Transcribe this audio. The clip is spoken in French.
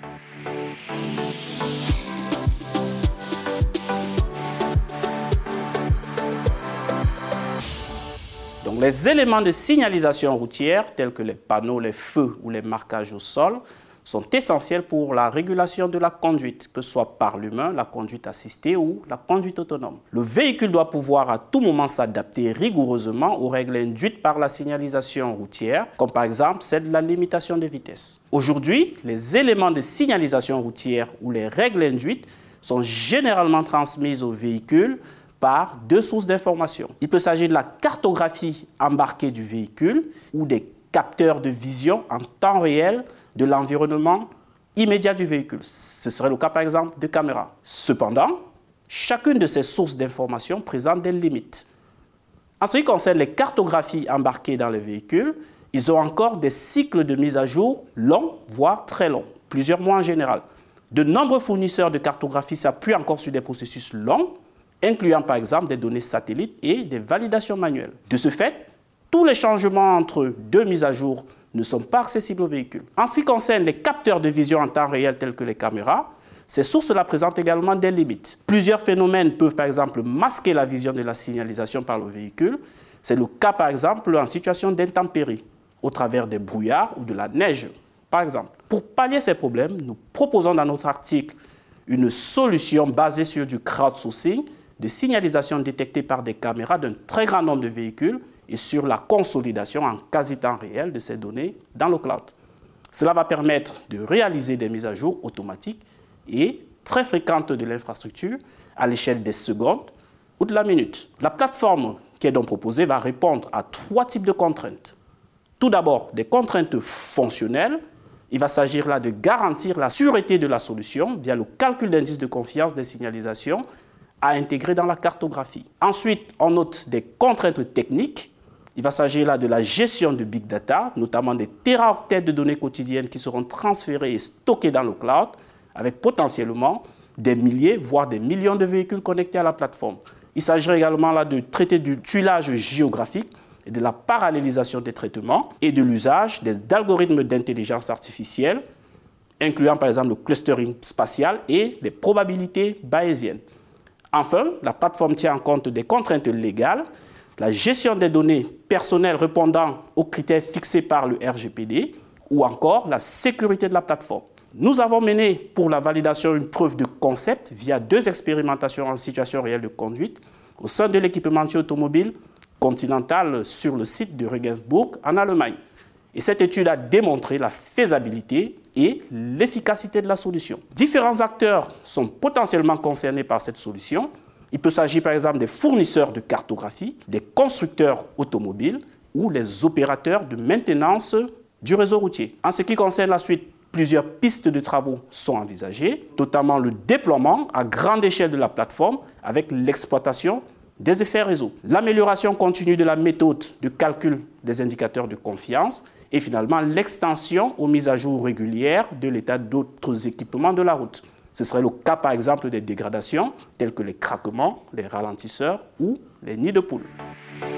Donc, les éléments de signalisation routière, tels que les panneaux, les feux ou les marquages au sol, sont essentiels pour la régulation de la conduite, que ce soit par l'humain, la conduite assistée ou la conduite autonome. Le véhicule doit pouvoir à tout moment s'adapter rigoureusement aux règles induites par la signalisation routière, comme par exemple celle de la limitation de vitesse. Aujourd'hui, les éléments de signalisation routière ou les règles induites sont généralement transmises au véhicule par deux sources d'information. Il peut s'agir de la cartographie embarquée du véhicule ou des capteurs de vision en temps réel de l'environnement immédiat du véhicule. Ce serait le cas par exemple de caméras. Cependant, chacune de ces sources d'information présente des limites. En ce qui concerne les cartographies embarquées dans les véhicules, ils ont encore des cycles de mise à jour longs, voire très longs, plusieurs mois en général. De nombreux fournisseurs de cartographie s'appuient encore sur des processus longs, incluant par exemple des données satellites et des validations manuelles. De ce fait, tous les changements entre deux mises à jour ne sont pas accessibles au véhicule. En ce qui concerne les capteurs de vision en temps réel tels que les caméras, ces sources-là présentent également des limites. Plusieurs phénomènes peuvent par exemple masquer la vision de la signalisation par le véhicule. C'est le cas par exemple en situation d'intempérie, au travers des brouillards ou de la neige par exemple. Pour pallier ces problèmes, nous proposons dans notre article une solution basée sur du crowdsourcing, de signalisation détectée par des caméras d'un très grand nombre de véhicules et sur la consolidation en quasi-temps réel de ces données dans le cloud. Cela va permettre de réaliser des mises à jour automatiques et très fréquentes de l'infrastructure à l'échelle des secondes ou de la minute. La plateforme qui est donc proposée va répondre à trois types de contraintes. Tout d'abord, des contraintes fonctionnelles. Il va s'agir là de garantir la sûreté de la solution via le calcul d'indice de confiance des signalisations à intégrer dans la cartographie. Ensuite, on note des contraintes techniques. Il va s'agir là de la gestion de big data, notamment des téraoctets de données quotidiennes qui seront transférées et stockées dans le cloud, avec potentiellement des milliers, voire des millions de véhicules connectés à la plateforme. Il s'agirait également là de traiter du tuilage géographique et de la parallélisation des traitements et de l'usage d'algorithmes d'intelligence artificielle, incluant par exemple le clustering spatial et les probabilités bayésiennes. Enfin, la plateforme tient en compte des contraintes légales, la gestion des données personnelles répondant aux critères fixés par le RGPD ou encore la sécurité de la plateforme. Nous avons mené pour la validation une preuve de concept via 2 expérimentations en situation réelle de conduite au sein de l'équipementier automobile Continental sur le site de Regensburg en Allemagne. Et cette étude a démontré la faisabilité et l'efficacité de la solution. Différents acteurs sont potentiellement concernés par cette solution. Il peut s'agir par exemple des fournisseurs de cartographie, des constructeurs automobiles ou les opérateurs de maintenance du réseau routier. En ce qui concerne la suite, plusieurs pistes de travaux sont envisagées, notamment le déploiement à grande échelle de la plateforme avec l'exploitation des effets réseau, l'amélioration continue de la méthode de calcul des indicateurs de confiance et finalement l'extension aux mises à jour régulières de l'état d'autres équipements de la route. Ce serait le cas par exemple des dégradations telles que les craquements, les ralentisseurs ou les nids de poules.